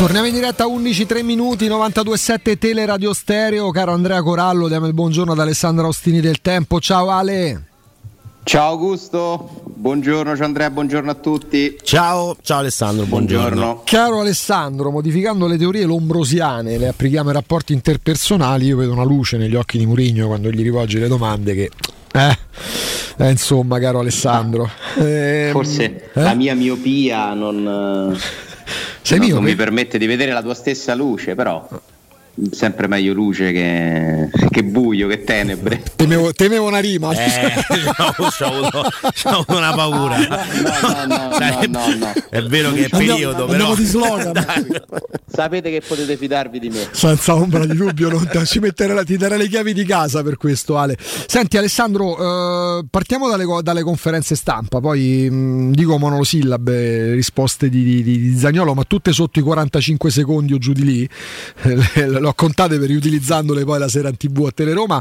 Torniamo in diretta a 11:03, 92.7 Teleradio Stereo. Caro Andrea Corallo, diamo il buongiorno ad Alessandro Ostini del Tempo. Ciao Ale. Ciao Augusto, buongiorno, ciao Andrea, buongiorno a tutti. Ciao Alessandro, buongiorno. Caro Alessandro, modificando le teorie lombrosiane, le applichiamo ai rapporti interpersonali, io vedo una luce negli occhi di Mourinho quando gli rivolgi le domande che... insomma, caro Alessandro. Forse la mia miopia non mi permette di vedere la tua stessa luce, però... sempre meglio luce che buio, che tenebre. Temevo una rima. C'ho avuto una paura. No. È vero che è periodo, però di slogan. Sapete che potete fidarvi di me. Senza ombra di dubbio, ti darei le chiavi di casa per questo, Ale. Senti Alessandro, partiamo dalle conferenze stampa, poi dico monosillabe, risposte di Zaniolo, ma tutte sotto i 45 secondi o giù di lì. L'ho contate per riutilizzandole poi la sera in TV a Teleroma.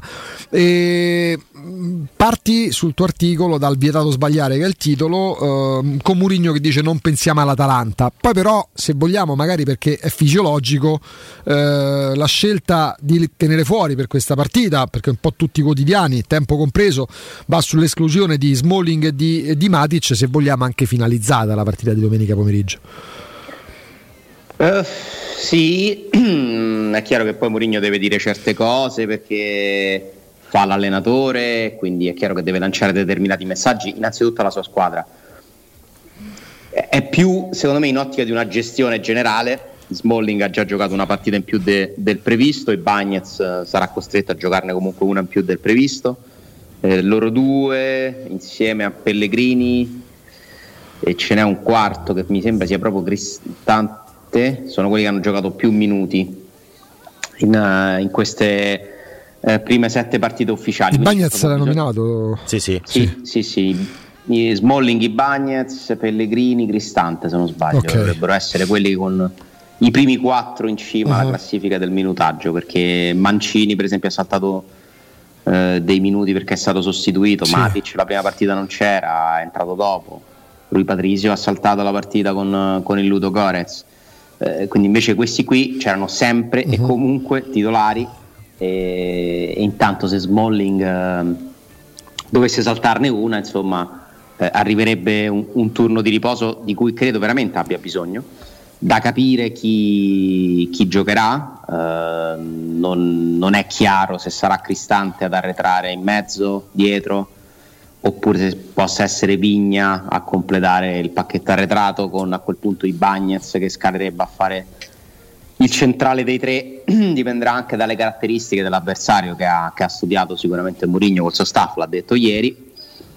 Parti sul tuo articolo dal vietato sbagliare, che è il titolo, con Mourinho che dice non pensiamo all'Atalanta. Poi però, se vogliamo, magari perché è fisiologico, la scelta di tenere fuori per questa partita, perché un po' tutti i quotidiani, tempo compreso, va sull'esclusione di Smalling e di Matic, se vogliamo anche finalizzata la partita di domenica pomeriggio. Sì, è chiaro che poi Mourinho deve dire certe cose perché fa l'allenatore, quindi è chiaro che deve lanciare determinati messaggi innanzitutto alla sua squadra. È più, secondo me, in ottica di una gestione generale. Smalling ha già giocato una partita in più del previsto e Bagnez sarà costretto a giocarne comunque una in più del previsto. Loro due insieme a Pellegrini, e ce n'è un quarto che mi sembra sia proprio Cristante, sono quelli che hanno giocato più minuti in queste prime 7 partite ufficiali. Bagnez era nominato? Sì. Smalling, Bagnez, Pellegrini, Cristante, se non sbaglio, dovrebbero essere quelli con i primi 4 in cima alla classifica del minutaggio, perché Mancini per esempio ha saltato dei minuti perché è stato sostituito. Matic la prima partita non c'era, è entrato dopo. Rui Patricio ha saltato la partita con il Ludogorets. Quindi invece questi qui c'erano sempre e comunque titolari, e intanto se Smalling dovesse saltarne una, insomma, arriverebbe un turno di riposo di cui credo veramente abbia bisogno. Da capire chi giocherà, non è chiaro se sarà Cristante ad arretrare in mezzo, dietro, oppure se possa essere Vigna a completare il pacchetto arretrato, con a quel punto i Bagnez che scalerebbe a fare il centrale dei tre. Dipenderà anche dalle caratteristiche dell'avversario che ha studiato sicuramente Mourinho col suo staff, l'ha detto ieri.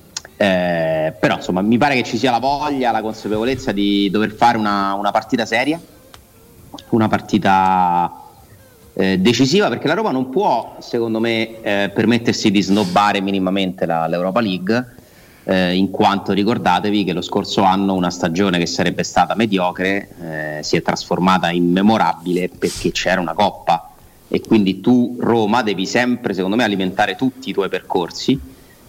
Però insomma mi pare che ci sia la voglia, la consapevolezza di dover fare una partita seria, una partita decisiva, perché la Roma non può, secondo me, permettersi di snobbare minimamente l'Europa League, in quanto ricordatevi che lo scorso anno una stagione che sarebbe stata mediocre si è trasformata in memorabile perché c'era una Coppa, e quindi tu Roma devi sempre, secondo me, alimentare tutti i tuoi percorsi.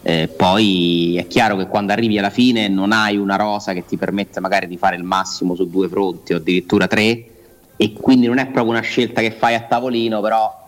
Poi è chiaro che quando arrivi alla fine non hai una rosa che ti permette magari di fare il massimo su 2 fronti o addirittura 3, e quindi non è proprio una scelta che fai a tavolino, però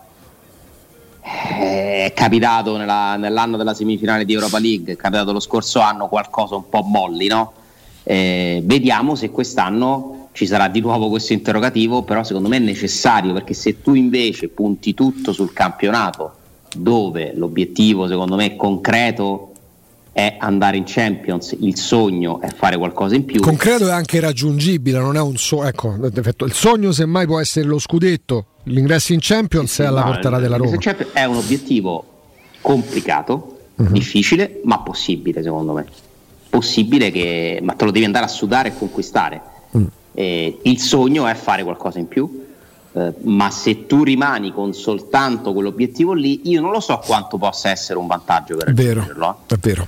è capitato nell'anno della semifinale di Europa League, è capitato lo scorso anno qualcosa un po' molli, no? Vediamo se quest'anno ci sarà di nuovo questo interrogativo, però secondo me è necessario, perché se tu invece punti tutto sul campionato, dove l'obiettivo secondo me concreto è andare in Champions, il sogno è fare qualcosa in più. Concreto è anche raggiungibile, non è un sogno. Ecco, il sogno semmai può essere lo scudetto, l'ingresso in Champions è alla portata della Roma. È un obiettivo complicato, difficile, ma possibile, secondo me. Possibile, ma te lo devi andare a sudare e conquistare. Il sogno è fare qualcosa in più. Ma se tu rimani con soltanto quell'obiettivo lì, io non lo so quanto possa essere un vantaggio per raggiungerlo. È vero.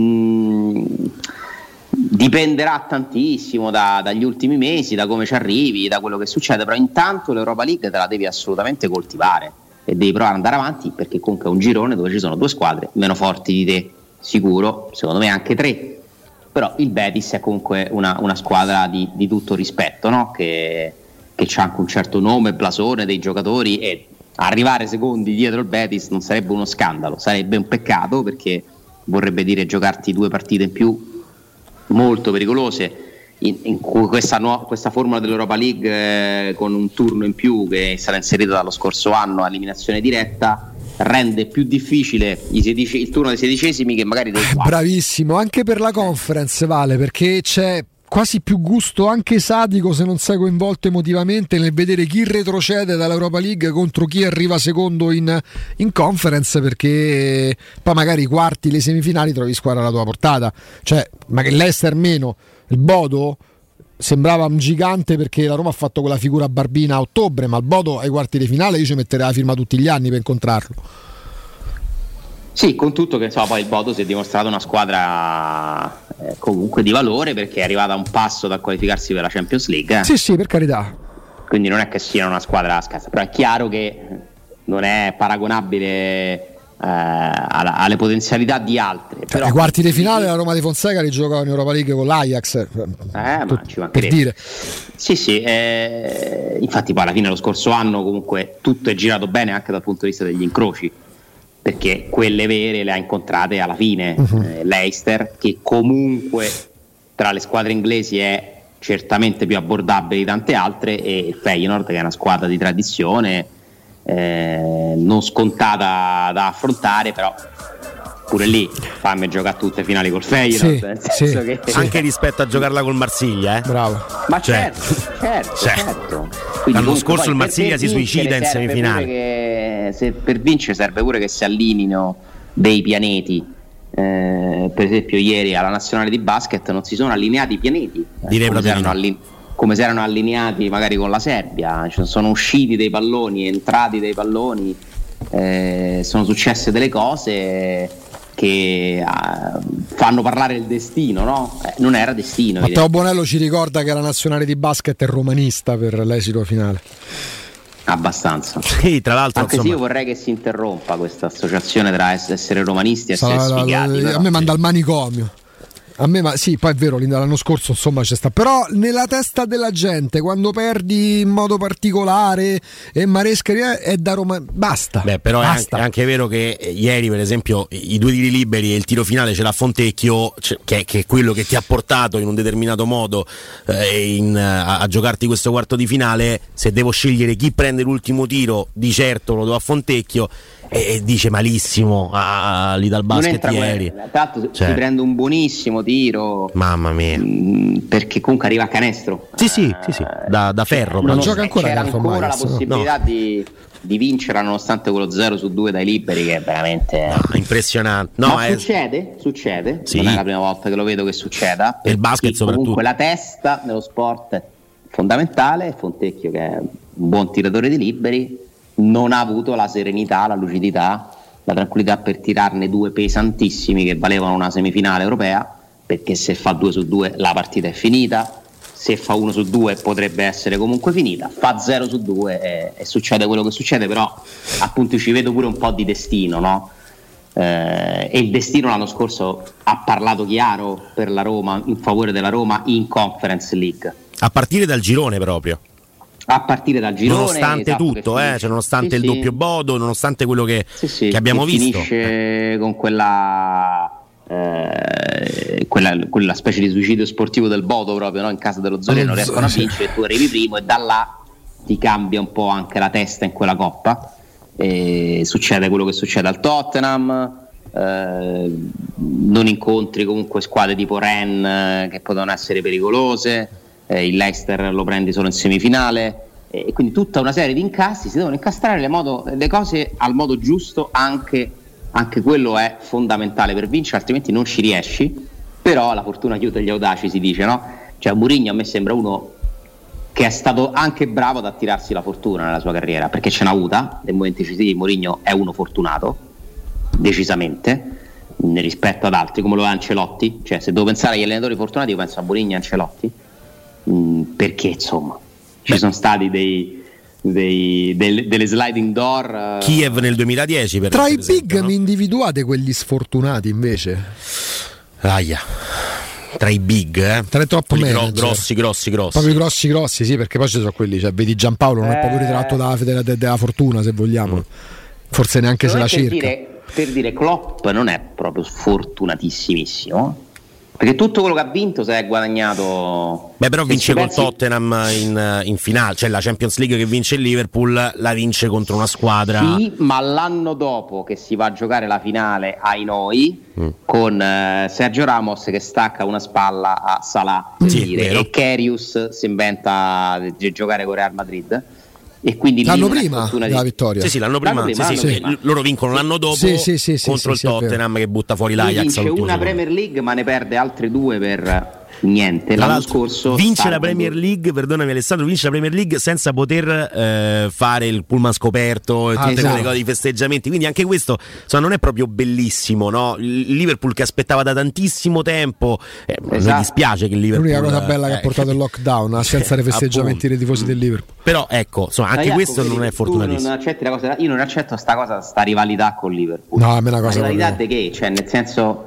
Dipenderà tantissimo dagli ultimi mesi, da come ci arrivi, da quello che succede, però intanto l'Europa League te la devi assolutamente coltivare e devi provare ad andare avanti, perché comunque è un girone dove ci sono 2 squadre meno forti di te, sicuro, secondo me anche 3, però il Betis è comunque una squadra di tutto rispetto, no? Che che c'ha anche un certo nome, blasone dei giocatori, e arrivare secondi dietro il Betis non sarebbe uno scandalo, sarebbe un peccato, perché vorrebbe dire giocarti 2 partite in più molto pericolose. In questa formula dell'Europa League, con un turno in più che è stata inserita dallo scorso anno a eliminazione diretta, rende più difficile il turno dei 16esimi che magari dei quarti. Bravissimo, anche per la Conference vale, perché c'è quasi più gusto anche sadico, se non sei coinvolto emotivamente, nel vedere chi retrocede dall'Europa League contro chi arriva secondo in Conference, perché poi magari i quarti, le semifinali trovi squadra alla tua portata. Cioè, ma che l'Ester meno, il Bodo sembrava un gigante perché la Roma ha fatto quella figura barbina a ottobre, ma il Bodo ai quarti di finale io ci metterei la firma tutti gli anni per incontrarlo. Sì, con tutto che poi il Bodo si è dimostrato una squadra comunque di valore, perché è arrivata a un passo dal qualificarsi per la Champions League. Sì, per carità. Quindi non è che sia una squadra scarsa, però è chiaro che non è paragonabile alle potenzialità di altre. Però ai quarti di finale la Roma di Fonseca rigiocava in Europa League con l'Ajax, ma ci per dire. Sì, infatti poi alla fine lo scorso anno comunque tutto è girato bene anche dal punto di vista degli incroci, perché quelle vere le ha incontrate alla fine. Leicester, che comunque tra le squadre inglesi è certamente più abbordabile di tante altre, e Feyenoord, che è una squadra di tradizione, non scontata da affrontare, però pure lì fammi giocare tutte finali col Feyenoord, nel senso che anche rispetto a giocarla col Marsiglia, bravo. Ma certo. L'anno scorso il Marsiglia si suicida in semifinale. Se per vincere serve pure che si allineino dei pianeti. Per esempio ieri alla nazionale di basket non si sono allineati i pianeti, come si erano allineati magari con la Serbia. Sono usciti dei palloni, entrati dei palloni, sono successe delle cose che fanno parlare il destino, no? Non era destino. Matteo Bonello ci ricorda che la nazionale di basket è romanista per l'esito finale. Abbastanza. Sì, tra l'altro, anche se io vorrei che si interrompa questa associazione tra essere romanisti e essere sfigati. A me manda al manicomio. Sì, poi è vero, l'anno scorso insomma c'è sta, però nella testa della gente quando perdi in modo particolare e Maresca è da Roma, basta. Però basta. È anche vero che ieri per esempio i 2 tiri liberi e il tiro finale ce l'ha Fontecchio, che è quello che ti ha portato in un determinato modo a giocarti questo quarto di finale. Se devo scegliere chi prende l'ultimo tiro, di certo lo do a Fontecchio, e dice malissimo all'Ital Basket ieri. Tra l'altro si prende un buonissimo tiro, mamma mia, perché comunque arriva a canestro. Sì, da ferro. Non gioca ancora, c'era ancora la possibilità di vincerla nonostante quello 0-2 dai liberi, che è veramente impressionante. Succede. Sì. Non è la prima volta che lo vedo che succeda. E il basket soprattutto. Comunque la testa nello sport è fondamentale. Fontecchio, che è un buon tiratore di liberi, non ha avuto la serenità, la lucidità, la tranquillità per tirarne 2 pesantissimi che valevano una semifinale europea, perché se fa 2-2 la partita è finita, se fa 1-2 potrebbe essere comunque finita, fa 0-2 e succede quello che succede. Però appunto ci vedo pure un po' di destino, no? E il destino l'anno scorso ha parlato chiaro per la Roma, in favore della Roma in Conference League, a partire dal girone proprio. A partire dal girone, nonostante tutto, nonostante il doppio Bodo, nonostante quello che abbiamo visto, finisce con quella specie di suicidio sportivo del Bodo proprio, no? In casa dello Zoria non riescono a vincere, tu arrivi primo e da là ti cambia un po' anche la testa in quella coppa, e succede quello che succede al Tottenham. Non incontri comunque squadre tipo Rennes che potevano essere pericolose. Il Leicester lo prendi solo in semifinale, e quindi tutta una serie di incassi, si devono incastrare le cose al modo giusto. Anche quello è fondamentale per vincere, altrimenti non ci riesci. Però la fortuna aiuta gli audaci, si dice, no? Cioè Mourinho a me sembra uno che è stato anche bravo ad attirarsi la fortuna nella sua carriera, perché ce n'ha avuta nei momenti decisivi. Mourinho è uno fortunato, decisamente, rispetto ad altri come lo è Ancelotti. Cioè se devo pensare agli allenatori fortunati io penso a Mourinho e Ancelotti, perché insomma ci sono stati delle sliding door. Kiev nel 2010 tra i esempio, big, no? Mi individuate quelli sfortunati invece? tra i big, tra i top grossi. Proprio grossi, sì, perché poi ci sono quelli, cioè vedi Giampaolo non è proprio ritratto della fortuna, se vogliamo. Forse neanche se la cerca. Per dire Klopp non è proprio sfortunatissimissimo, perché tutto quello che ha vinto se è guadagnato. Beh, però vince col Tottenham in finale, cioè la Champions League che vince il Liverpool la vince contro una squadra. Sì, ma l'anno dopo che si va a giocare la finale ai noi con Sergio Ramos che stacca una spalla a Salah e Karius si inventa di giocare con Real Madrid. E quindi l'anno prima della vittoria. Sì, l'anno prima. Loro vincono l'anno dopo contro il Tottenham che butta fuori l'Ajax. Vince una Premier League ma ne perde altre due per niente. L'anno scorso vince la Premier League, perdonami Alessandro, vince la Premier League senza poter fare il pullman scoperto e tutte quelle cose di festeggiamenti, quindi anche questo non è proprio bellissimo, no? Il Liverpool che aspettava da tantissimo tempo, mi dispiace che il Liverpool, l'unica cosa bella che ha portato il lockdown, l'assenza dei festeggiamenti dei tifosi del Liverpool, però ecco, anche questo non è fortunatissimo. Non accetti la cosa, io non accetto sta rivalità con il Liverpool. No, a me è una cosa la rivalità di che? Cioè nel senso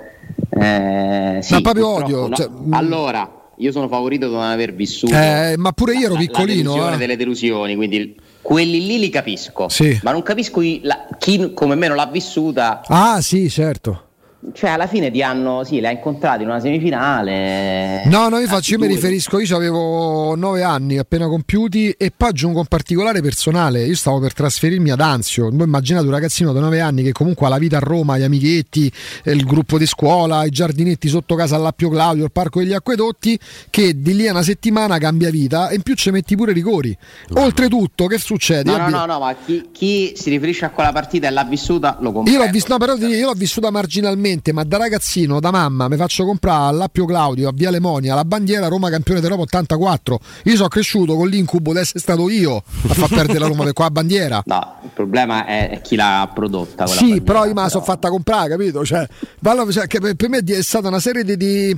ma proprio odio, no? Allora io sono favorito di non aver vissuto ma pure io ero piccolino la delle delusioni, quindi quelli lì li capisco, ma non capisco chi come me non l'ha vissuta. Sì, certo. Cioè alla fine ti hanno le ha incontrati in una semifinale. No, io mi riferisco, io avevo 9 anni appena compiuti e poi aggiungo un particolare personale, io stavo per trasferirmi ad Anzio, voi immaginate un ragazzino da 9 anni che comunque ha la vita a Roma, gli amichetti, il gruppo di scuola, i giardinetti sotto casa all'Appio Claudio, il parco degli acquedotti, che di lì a una settimana cambia vita e in più ci metti pure rigori. Oltretutto che succede? No, ma chi si riferisce a quella partita e l'ha vissuta lo comprendo. Io l'ho vissuta marginalmente, ma da ragazzino, da mamma, mi faccio comprare all'Appio Claudio, a Via Lemonia, la bandiera Roma campione d'Europa 84. Io sono cresciuto con l'incubo di essere stato io a far perdere la Roma per qua la bandiera. No, il problema è chi l'ha prodotta. Sì, bandiera, però io me la sono fatta comprare, capito? Che per me è stata una serie di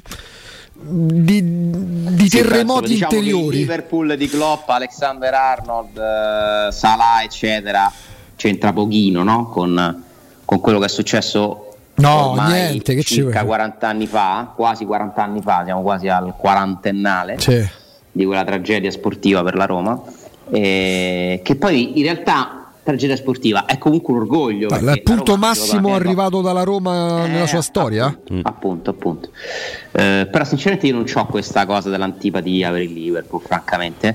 terremoti interiori. Il Liverpool di Klopp, Alexander Arnold, Salah, eccetera, c'entra pochino, no? Con quello che è successo. No, niente, che circa 40 anni fa, quasi 40 anni fa, siamo quasi al quarantennale di quella tragedia sportiva per la Roma, che poi in realtà tragedia sportiva è comunque un orgoglio. È il punto massimo arrivato dalla Roma nella sua storia? Appunto. Però sinceramente io non ho questa cosa dell'antipatia per il Liverpool, francamente.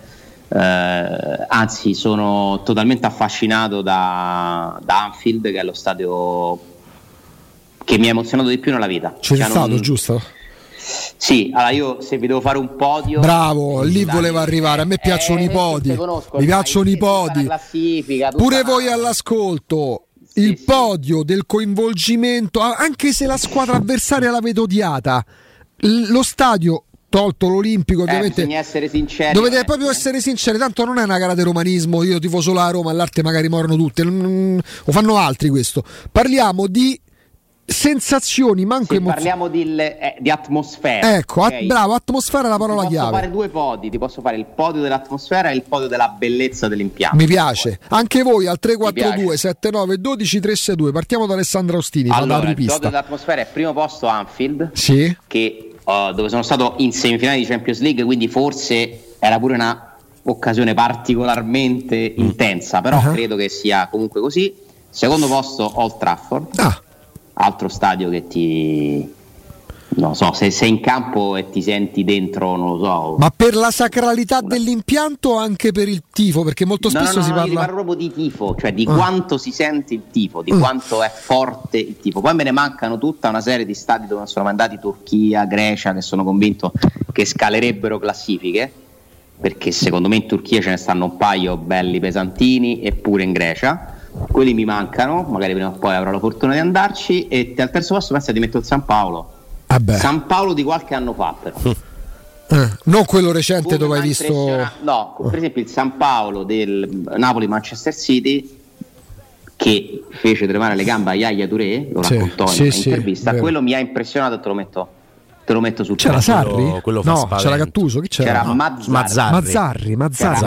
Anzi, sono totalmente affascinato da Anfield, che è lo stadio che mi ha emozionato di più nella vita. C'è stato, giusto? Sì, allora io se vi devo fare un podio. Bravo, lì voleva arrivare. A me piacciono i podi. Mi piacciono i podi. Pure voi all'ascolto. Il podio del coinvolgimento, anche se la squadra avversaria l'avete odiata. Lo stadio, tolto l'Olimpico, ovviamente bisogna essere sinceri, dovete proprio essere sinceri, tanto non è una gara di romanismo, io tifo solo la Roma, all'arte magari morono tutte, lo fanno altri questo. Parliamo di sensazioni, parliamo di atmosfera. Ecco, okay. Bravo, atmosfera è la parola chiave. Posso fare due podi, ti posso fare il podio dell'atmosfera e il podio della bellezza dell'impianto. Mi piace. Anche voi al 342 79 12 362. Partiamo da Alessandro Ostini. Allora, il podio dell'atmosfera è primo posto Anfield, che dove sono stato in semifinale di Champions League, quindi forse era pure una occasione particolarmente intensa, però credo che sia comunque così. Secondo posto Old Trafford. Altro stadio che non so, se sei in campo e ti senti dentro, non lo so. Ma per la sacralità dell'impianto o anche per il tifo? Perché molto spesso si parla proprio di tifo, cioè di quanto si sente il tifo, di quanto è forte il tifo. Poi me ne mancano tutta una serie di stadi dove sono andati, Turchia, Grecia, che sono convinto che scalerebbero classifiche, perché secondo me in Turchia ce ne stanno un paio belli pesantini, eppure in Grecia. Quelli mi mancano, magari prima o poi avrò la fortuna di andarci. E al terzo posto pensa di mettere il San Paolo. San Paolo di qualche anno fa, però non quello recente dove hai visto. No, per esempio il San Paolo del Napoli-Manchester City, che fece tremare le gambe a Yaya Touré, lo raccontò in un'intervista. Quello mi ha impressionato e te lo metto sul c'era Sarri? Quello c'era Gattuso, chi c'era? Mazzarri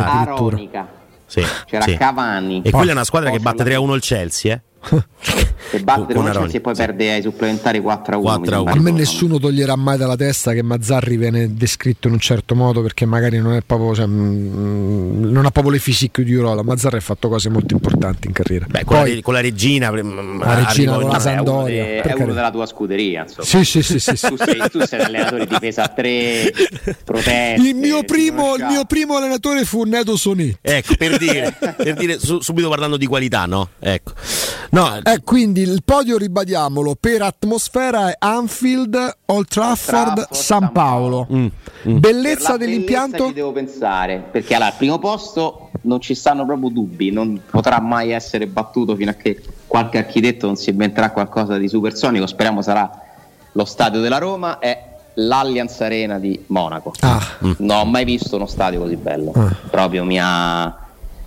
Aronica. C'era Cavani. E quella è una squadra che batte 3-1 il Chelsea, Se batte il Chelsea e poi perde ai supplementari 4-1. A me nessuno toglierà mai dalla testa che Mazzarri viene descritto in un certo modo, perché magari non è proprio, cioè, non ha proprio le physique di Urola. Mazzarri ha fatto cose molto importanti in carriera. Beh, poi, con la Regina con la Sampdoria è uno della tua scuderia, insomma. Sì. Tu sei allenatore di difesa a 3, proteste. Il mio primo allenatore fu Nedo Sonetti. Ecco, per dire subito parlando di qualità, no? Ecco. No. Quindi il podio, ribadiamolo, per atmosfera è Anfield, Old Trafford, San Paolo. Bellezza dell'impianto? Ci devo pensare, perché al primo posto non ci stanno proprio dubbi, non potrà mai essere battuto fino a che qualche architetto non si inventerà qualcosa di supersonico. Speriamo sarà lo stadio della Roma e l'Allianz Arena di Monaco. Non ho mai visto uno stadio così bello. Proprio ma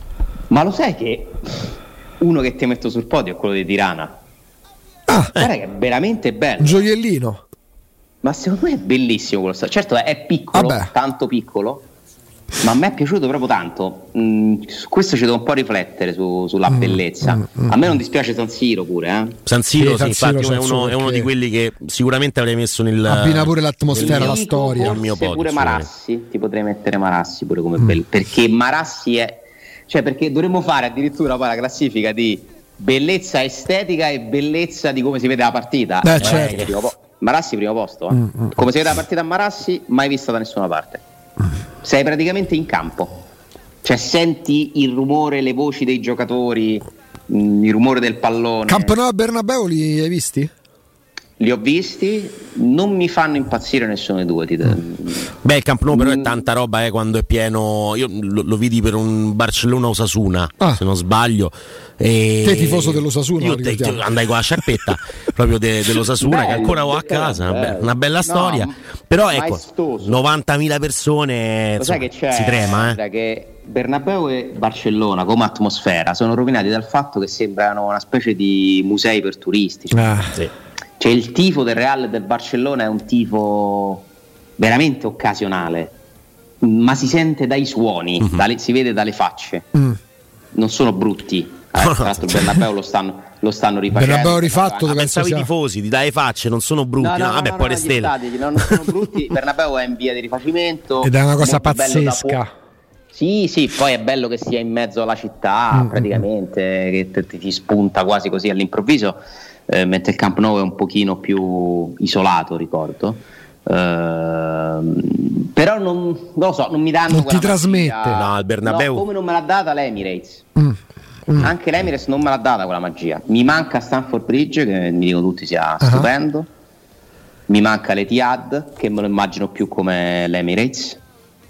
lo sai che uno che ti metto sul podio è quello di Tirana? Guarda che è veramente bello. Gioiellino. Ma secondo me è bellissimo quello stadio. Certo è piccolo, tanto piccolo, ma a me è piaciuto proprio tanto. Su questo ci devo un po' riflettere sulla bellezza. A me non dispiace San Siro pure. San Siro, sì, infatti è uno di quelli che sicuramente avrei messo abbina pure l'atmosfera, la storia. Il mio podio, pure Marassi, ti potrei mettere Marassi pure come bello, perché Marassi è, cioè, perché dovremmo fare addirittura poi la classifica di bellezza estetica e bellezza di come si vede la partita. Certo. Marassi primo posto. Come si vede la partita a Marassi, mai vista da nessuna parte. Sei praticamente in campo, cioè senti il rumore, le voci dei giocatori, il rumore del pallone. Camp Nou a Bernabeu li hai visti? Li ho visti, non mi fanno impazzire nessuno dei due. Beh, il Camp Nou però è tanta roba, quando è pieno. Io lo vidi per un Barcellona-Osasuna, se non sbaglio. Te tifoso dell'Osasuna? Io andai con la sciarpetta proprio dell'Osasuna, che ancora ho a casa, una bella storia. Però ecco, maestoso. 90.000 persone, insomma, sai che c'è, si trema. Che Bernabeu e Barcellona come atmosfera sono rovinati dal fatto che sembrano una specie di musei per turisti. Sì. Cioè il tifo del Real e del Barcellona è un tifo veramente occasionale, ma si sente dai suoni, si vede dalle facce, non sono brutti. Tra l'altro il Bernabeu lo stanno rifacendo. Bernabeu rifatto, pensavo i tifosi dalle facce non sono brutti, vabbè, poi le stelle non sono brutti. Bernabeu è in via di rifacimento ed è una cosa pazzesca. Sì, poi è bello che sia in mezzo alla città, praticamente, che ti spunta quasi così all'improvviso. Mentre il Camp Nou è un pochino più isolato, ricordo, però non lo so, non mi danno, non ti trasmette. No, il Bernabeu, come non me l'ha data l'Emirates. Anche l'Emirates non me l'ha data quella magia. Mi manca Stamford Bridge, che mi dicono tutti sia stupendo. Mi manca l'Etihad, che me lo immagino più come l'Emirates,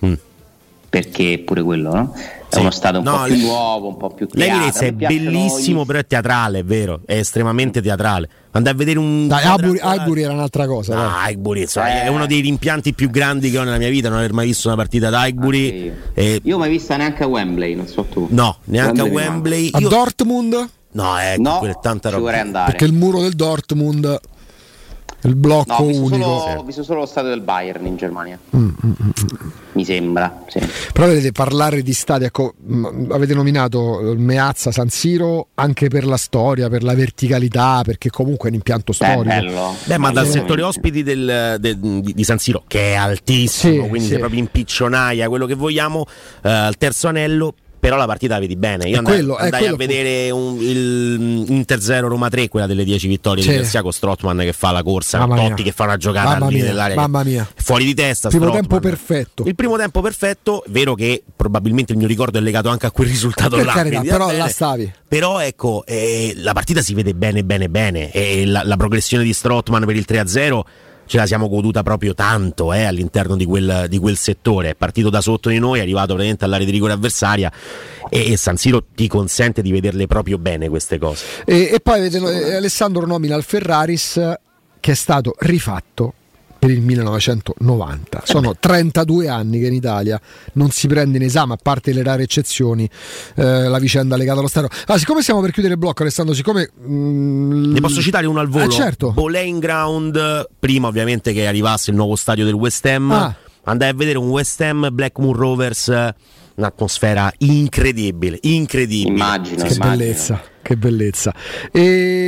perché pure quello, no? È uno stato un po' più nuovo, un po' più creato. L'Emirates è bellissimo, però è teatrale, è vero, è estremamente teatrale. Andai a vedere Highbury era un'altra cosa. Highbury è uno dei rimpianti più grandi che ho nella mia vita, non aver mai visto una partita da Highbury. Io mai vista neanche a Wembley, non so tu. No, neanche a Wembley. A Dortmund? No, quella è tanta roba. Vorrei andare. Perché il muro del Dortmund, il blocco unico. Ho visto solo lo stadio del Bayern in Germania. Mi sembra, sì. Però vedete, parlare di stadi, ecco, avete nominato il Meazza, San Siro, anche per la storia, per la verticalità, perché comunque è un impianto storico. Bello. Ma dal settore ospiti di San Siro, che è altissimo, quindi sei proprio in piccionaia, quello che vogliamo, al terzo anello. Però la partita la vedi bene. Io andai a vedere il Inter 0 Roma 3, quella delle 10 vittorie di Garcia, con Strootman che fa la corsa, con Totti che fa una giocata al limite dell'area. Mamma mia. Fuori di testa. Primo tempo perfetto. Il primo tempo perfetto, vero che probabilmente il mio ricordo è legato anche a quel risultato per là. Carità, però là stavi. Però ecco, la partita si vede bene. E la progressione di Strootman per il 3-0 ce la siamo goduta proprio tanto all'interno di quel settore. È partito da sotto di noi, è arrivato praticamente all'area di rigore avversaria e San Siro ti consente di vederle proprio bene queste cose. E poi Alessandro nomina il Ferraris, che è stato rifatto per il 1990. Sono 32 anni che in Italia non si prende in esame, a parte le rare eccezioni, la vicenda legata allo stadio. Siccome stiamo per chiudere il blocco, Alessandro, siccome ne posso citare uno al volo? Certo. Boleyn Ground, prima ovviamente che arrivasse il nuovo stadio del West Ham, andai a vedere un West Ham Blackburn Rovers, un'atmosfera incredibile. Immagino. Che bellezza. E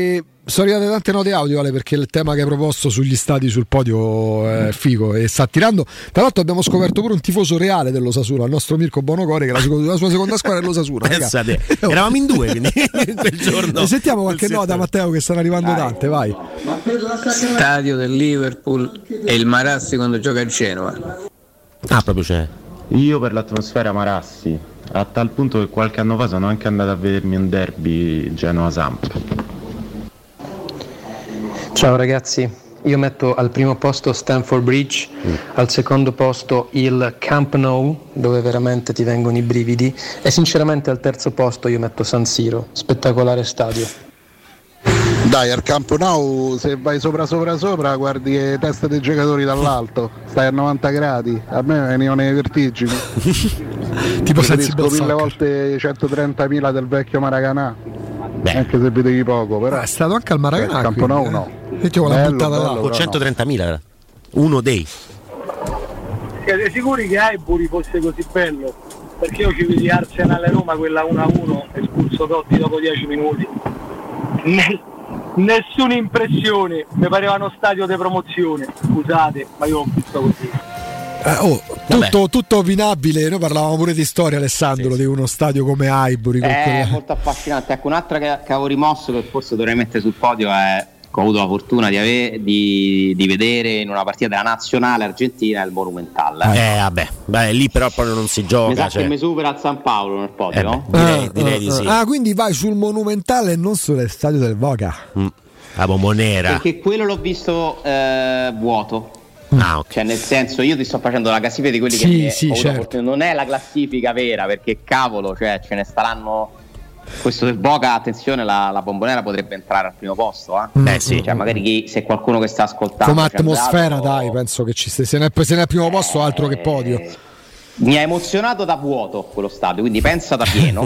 sono arrivate tante note audio, Ale, perché il tema che hai proposto sugli stadi sul podio è figo e sta attirando. Tra l'altro abbiamo scoperto pure un tifoso reale dell'Osasuna, il nostro Mirko Bonocore, che la sua seconda squadra è l'Osasuna. Pensate, eravamo in due quindi quel giorno. Sentiamo qualche nota, Matteo, che stanno arrivando tante, vai. Stadio del Liverpool e il Marassi quando gioca a Genova. Ah, proprio c'è. Io per l'atmosfera Marassi, a tal punto che qualche anno fa sono anche andato a vedermi un derby Genoa-Samp. Ciao ragazzi, io metto al primo posto Stamford Bridge, al secondo posto il Camp Nou, dove veramente ti vengono i brividi, e sinceramente al terzo posto io metto San Siro, spettacolare stadio. Dai, al Camp Nou se vai sopra guardi le teste dei giocatori dall'alto, stai a 90 gradi, a me venivano i vertigini. Tipo preferisco mille volte 130.000 del vecchio Maracanã. Beh. Anche se vedevi poco, però è stato anche al Maracanã. Il Camp Nou no. Io la buttata là con 130.000, uno dei. Siete sicuri che Highbury fosse così bello? Perché io ci vedi Arsenal e Roma, quella 1-1, espulso Totti dopo 10 minuti. Nessuna impressione, mi pareva uno stadio di promozione, scusate, ma io ho visto così. Tutto opinabile. Noi parlavamo pure di storia, Alessandro, di uno stadio come Highbury. È molto affascinante. Ecco, un'altra che avevo rimosso, che forse dovrei mettere sul podio, è che ho avuto la fortuna di vedere in una partita della nazionale argentina, il Monumental. Beh, lì però proprio non si gioca. Mi sa che mi supera il San Paolo nel podio, no? Direi di sì. Quindi vai sul Monumental e non sul stadio del Boca. La Bombonera. Perché quello l'ho visto vuoto. Okay. Cioè, nel senso, io ti sto facendo la classifica di quelli certo. Non è la classifica vera, perché cavolo, cioè ce ne staranno. Questo del Boca, attenzione, la Bombonera potrebbe entrare al primo posto, sì. Cioè, magari se qualcuno che sta ascoltando come atmosfera, dai, penso che ci stia. Se ne è al primo posto, altro che podio. Mi ha emozionato da vuoto quello stadio, quindi pensa da pieno.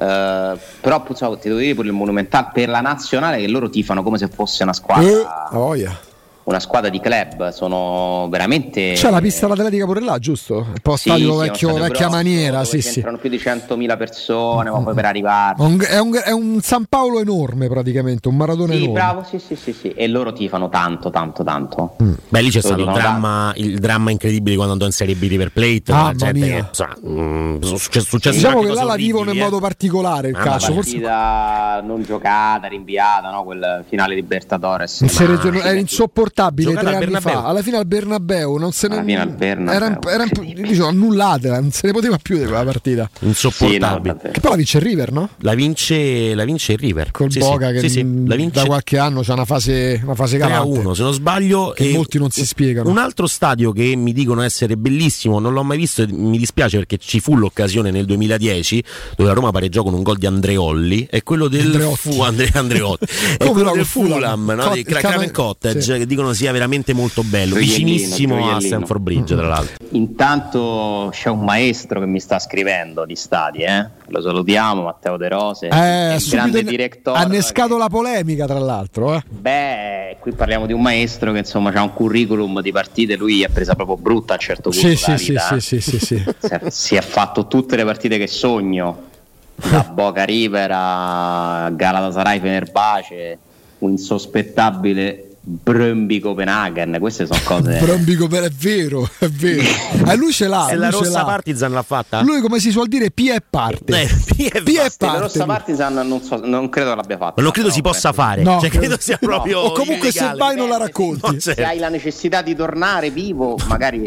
Però ti devo dire pure il Monumental per la nazionale, che loro tifano come se fosse una squadra. Una squadra di club, sono veramente. C'è la pista atletica pure là, giusto? Un po' stadio vecchia maniera, sì. Entrano più di 100.000 persone, ma poi per arrivare. È un San Paolo enorme, praticamente, un maratone enorme. Bravo, sì. E loro tifano tanto. Beh, lì c'è stato il dramma incredibile quando andò in Serie B River Plate. La gente che successo. Diciamo che là la vivono in modo particolare il calcio. Forse non giocata, rinviata, no? Quel finale Libertadores. Era insopportabile. 3 anni fa alla fine al Bernabeu non se ne era annullata, non se ne poteva più di quella partita, insopportabile. Che poi la vince il River, no? La vince il River col Boca che la vince da qualche anno c'ha una fase calante 3-1 se non sbaglio, che molti non si spiegano. Un altro stadio che mi dicono essere bellissimo, non l'ho mai visto e mi dispiace perché ci fu l'occasione nel 2010 dove la Roma pareggiò con un gol di Andreolli, è quello del Andreotti è quello del Fulham, no? Di Craven Cottage, che dicono sia veramente molto bello, vicinissimo a Stamford Bridge, tra l'altro. Intanto c'è un maestro che mi sta scrivendo di stadi, lo salutiamo, Matteo De Rose, grande direttore. Ha innescato la polemica, tra l'altro. Beh, qui parliamo di un maestro che insomma ha un curriculum di partite, lui ha presa proprio brutta a un certo punto della vita. Sì. Si è fatto tutte le partite che sogno, da Boca River a Galatasaray Fenerbahce, un insospettabile Brøndby Copenaghen, queste sono cose. Brøndby Copenaghen, è vero. Lui ce l'ha. E la rossa Partizan l'ha fatta? Lui, come si suol dire, P è parte. La rossa Partizan non credo l'abbia fatta. Ma non credo si possa fare. No, credo sia proprio. O comunque illegale. Se vai non la racconti. Se hai la necessità di tornare vivo, magari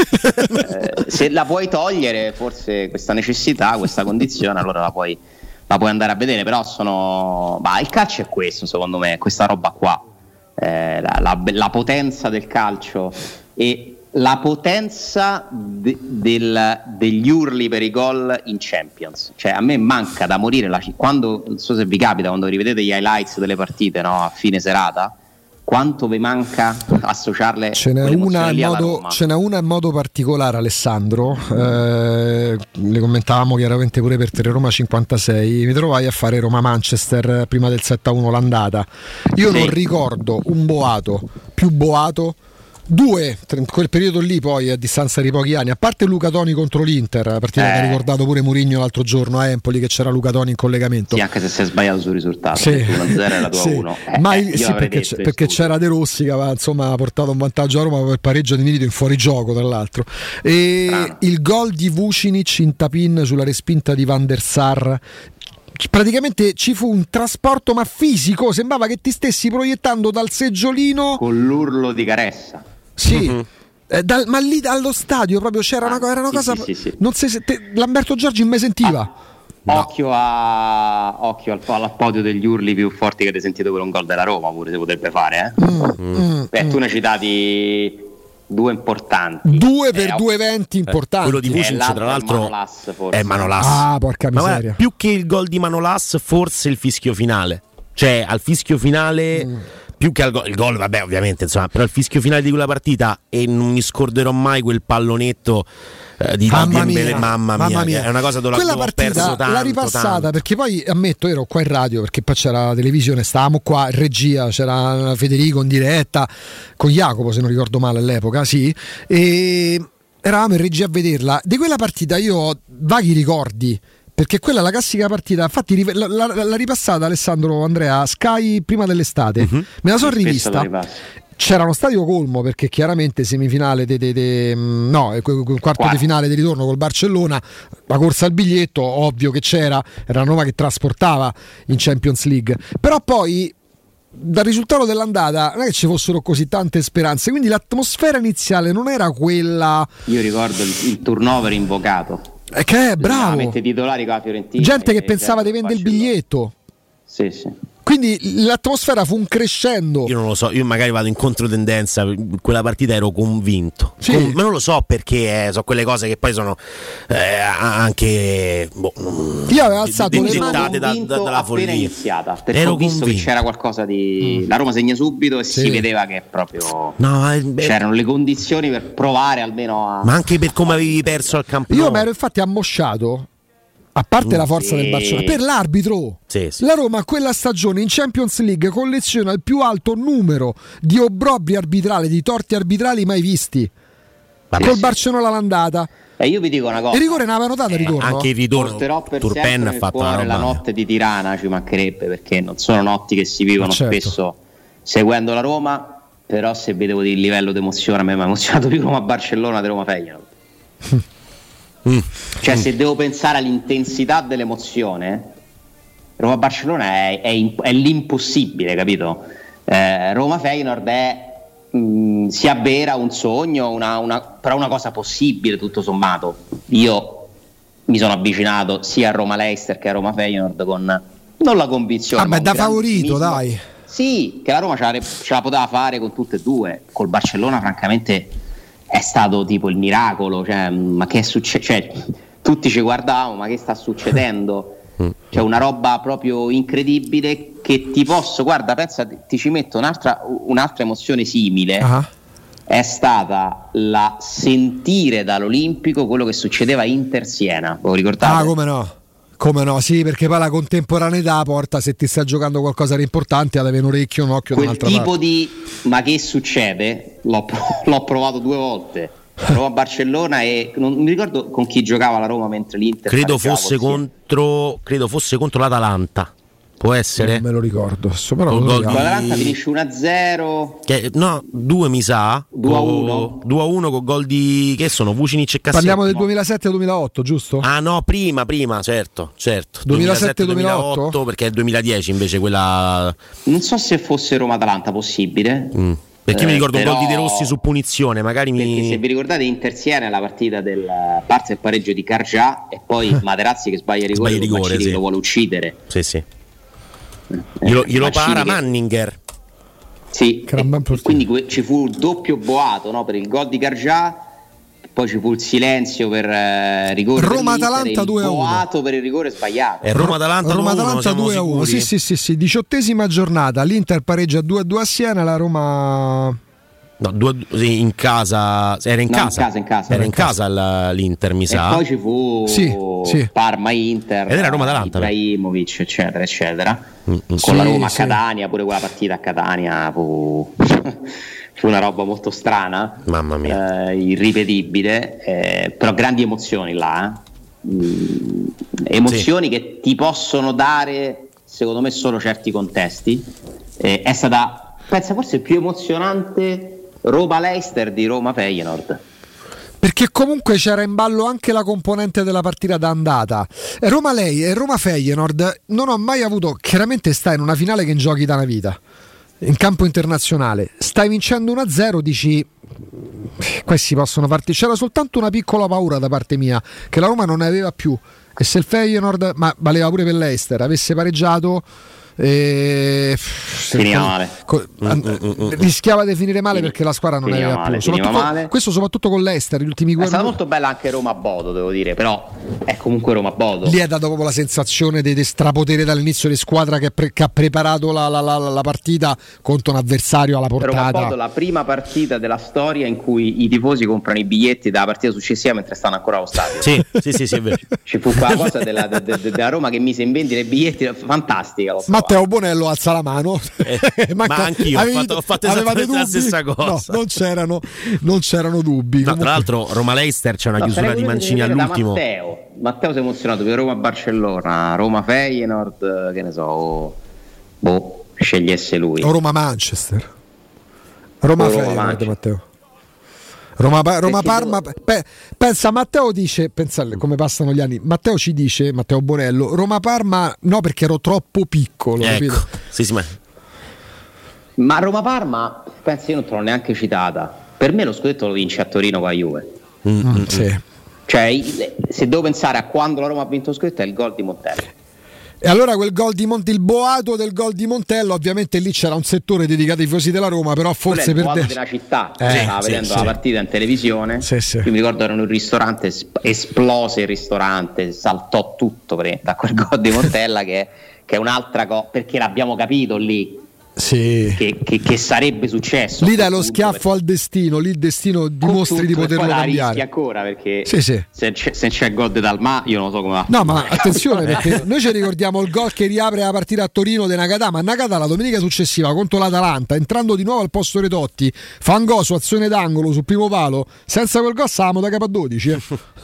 se la puoi togliere, forse questa necessità, questa condizione, allora la puoi andare a vedere. Però il calcio è questo, secondo me, questa roba qua. La potenza del calcio e la potenza degli urli per i gol in Champions. Cioè, a me manca da morire quando, non so se vi capita, quando rivedete gli highlights delle partite, no, a fine serata, quanto vi manca associarle. Ce n'è una in modo particolare, Alessandro, le commentavamo chiaramente pure per Roma 56. Mi trovai a fare Roma-Manchester prima del 7-1 l'andata. Io non ricordo un più boato Due, in quel periodo lì, poi a distanza di pochi anni, a parte Luca Toni contro l'Inter, la partita che ha ricordato pure Mourinho l'altro giorno a Empoli, che c'era Luca Toni in collegamento. Sì, anche se si è sbagliato sul risultato, sì. 1-0 era 2-1. Sì, perché c'era De Rossi che aveva insomma portato un vantaggio a Roma per pareggio di Milito in fuorigioco, tra l'altro. E il gol di Vucinic in tap-in sulla respinta di Van der Sar. Praticamente ci fu un trasporto ma fisico, sembrava che ti stessi proiettando dal seggiolino con l'urlo di Caressa. Sì. Ma lì dallo stadio proprio c'era una cosa. Sì. Non Lamberto Giorgi me sentiva. No. Occhio al podio degli urli più forti che avete sentito per un gol della Roma, pure si potrebbe fare. Tu ne citati due importanti. Due per due eventi importanti. Quello di Vucinic, tra l'altro, è Manolas. Ah, porca miseria. Più che il gol di Manolas, forse il fischio finale. Cioè, al fischio finale, più che al gol, il gol, vabbè, ovviamente, insomma, però il fischio finale di quella partita, e non mi scorderò mai quel pallonetto di Dembélé, mamma mia, è una cosa dove quella ho perso tanto, l'ha ripassata tanto. Perché poi ammetto, ero qua in radio perché poi c'era la televisione, stavamo qua in regia, c'era Federico in diretta con Jacopo, se non ricordo male all'epoca, sì, e eravamo in regia a vederla. Di quella partita io ho vaghi ricordi, perché quella è la classica partita. Infatti l'ha ripassata Alessandro Andrea Sky prima dell'estate, me la sono rivista. C'era uno stadio colmo, perché chiaramente semifinale quarto di finale di ritorno col Barcellona, la corsa al biglietto, ovvio che era Roma che trasportava in Champions League, però poi dal risultato dell'andata non è che ci fossero così tante speranze, quindi l'atmosfera iniziale non era quella. Io ricordo il turnover invocato, che è bravo, mette titolari con la Fiorentina, gente che pensava di vendere il biglietto. Sì. Quindi l'atmosfera fu un crescendo. Io non lo so, io magari vado in controtendenza. Quella partita ero convinto, sì. Ma non lo so perché so quelle cose che poi sono anche io avevo alzato le mani dalla follia iniziata, perché ero visto convinto che c'era qualcosa di la Roma segna subito e si vedeva che proprio c'erano le condizioni per provare almeno a. Ma anche per come avevi perso al Camp Nou. Io mi ero infatti ammosciato, a parte la forza del Barcellona, per l'arbitro. Sì. La Roma quella stagione in Champions League colleziona il più alto numero di obbrobri arbitrali, di torti arbitrali mai visti. Col Barcellona l'andata. E io vi dico una cosa. Il rigore ne aveva notato il ritorno. Anche il ritorno. Porterò per Turpen ha fatto la notte di Tirana, ci mancherebbe, perché non sono notti che si vivono spesso seguendo la Roma, però se vedevo il livello di emozione, a me mi ha emozionato più Roma Barcellona di Roma Feyenoord. Cioè, se devo pensare all'intensità dell'emozione, Roma-Barcellona è l'impossibile, capito? Roma-Feyenoord si avvera un sogno, però una cosa possibile tutto sommato. Io mi sono avvicinato sia a Roma-Leicester che a Roma-Feyenoord con non la convinzione, ma da favorito, dai. Sì, che la Roma ce la poteva fare con tutte e due. Col Barcellona francamente è stato tipo il miracolo, cioè, ma che è successo? Cioè, tutti ci guardavamo, ma che sta succedendo? Cioè, una roba proprio incredibile che guarda, pensa, ti ci metto un'altra emozione simile. È stata la sentire dall'Olimpico quello che succedeva a Inter-Siena, lo ricordate? Come no, sì, perché poi la contemporaneità porta, se ti sta giocando qualcosa di importante, ad avere un occhio da un'altra tipo parte. Di ma che succede? L'ho provato 2 volte. Roma-Barcellona, e non mi ricordo con chi giocava la Roma mentre l'Inter credo fosse contro l'Atalanta. Può essere? Non me lo ricordo. L'Atalanta finisce 1-0. 2 mi sa. 2-1. 2-1 con gol di che sono Vucinic e Cassano. Parliamo del 2007-2008, giusto? Ah no, prima, certo. 2007-2008 perché è il 2010 invece quella. Non so se fosse Roma-Atalanta possibile. Perché mi ricordo un gol di De Rossi su punizione, magari perché se vi ricordate Inter-Siena è la partita del parte del pareggio di Cargià e poi Materazzi che sbaglia il rigore, sì. Che lo vuole uccidere. Sì. Glielo para Manninger. Sì, quindi ci fu il doppio boato, no, per il gol di Cargià, poi ci fu il silenzio per rigore Roma-Atalanta 2-1, boato per il rigore sbagliato. E Roma-Atalanta 2-1. Sì, 18ª giornata, l'Inter pareggia 2-2 a Siena, la Roma No, in casa. Era in casa. Era in casa l'Inter, mi sa. E poi ci fu Parma-Inter. Ed era Roma-Atalanta. Ibrahimovic, eccetera, eccetera. Con la Roma a Catania, pure quella partita a Catania fu una roba molto strana. Mamma mia. Irripetibile. Però grandi emozioni là. Emozioni che ti possono dare, secondo me, solo certi contesti. È stata, penso, forse più emozionante Roma-Leicester di Roma-Feyenoord, perché comunque c'era in ballo anche la componente della partita d'andata. Roma-Feyenoord non ho mai avuto, chiaramente stai in una finale che giochi da una vita in campo internazionale, stai vincendo 1-0, dici questi possono farti, c'era soltanto una piccola paura da parte mia che la Roma non ne aveva più, e se il Feyenoord, ma valeva pure per l'Leicester, avesse pareggiato finiva male. Rischiava di finire male perché la squadra non aveva più. Questo soprattutto con l'Leicester, gli ultimi è stata molto bella anche Roma-Bodo, devo dire, però è comunque Roma-Bodo. Lì è dato proprio la sensazione di strapotere dall'inizio di squadra che ha preparato la partita contro un avversario alla portata. Roma-Bodo, la prima partita della storia in cui i tifosi comprano i biglietti della partita successiva mentre stanno ancora allo stadio. Sì, è vero. Ci fu quella cosa della Roma che mise in vendita i biglietti, fantastica. Matteo Bonello alza la mano. Ma anch'io ho fatto esattamente la stessa cosa. No, non c'erano dubbi. No, tra l'altro Roma-Leicester c'è una chiusura di Mancini all'ultimo. Matteo si è emozionato per Roma-Barcellona, Roma-Feyenoord, che ne so, scegliesse lui. O Roma-Manchester. Roma-Feyenoord, Matteo. Roma-Parma, pensa, Matteo dice, pensa come passano gli anni, Matteo ci dice, Matteo Bonello, Roma-Parma no perché ero troppo piccolo, ecco. Capito? Ma Roma-Parma, penso, io non te l'ho neanche citata, per me lo scudetto lo vince a Torino con la Juve. Sì. Cioè, se devo pensare a quando la Roma ha vinto lo scudetto, è il gol di Montella. E allora quel gol di il boato del gol di Montello, ovviamente lì c'era un settore dedicato ai tifosi della Roma, però forse per della città, stava vedendo la partita in televisione. Io mi ricordo ero in un ristorante, esplose il ristorante, saltò tutto da quel gol di Montella che è un'altra cosa, perché l'abbiamo capito lì. Sì. Che sarebbe successo. Lì dai lo schiaffo al destino, lì il destino dimostri di poterlo cambiare. Rischi ancora perché sì. Se c'è il gol di Dalmà, io non so come va. No, ma attenzione, perché noi ci ricordiamo il gol che riapre la partita a Torino di Nakata, ma Nakata la domenica successiva contro l'Atalanta, entrando di nuovo al posto Retotti, fa un gol su azione d'angolo sul primo palo, senza quel gol stavamo da capo a 12.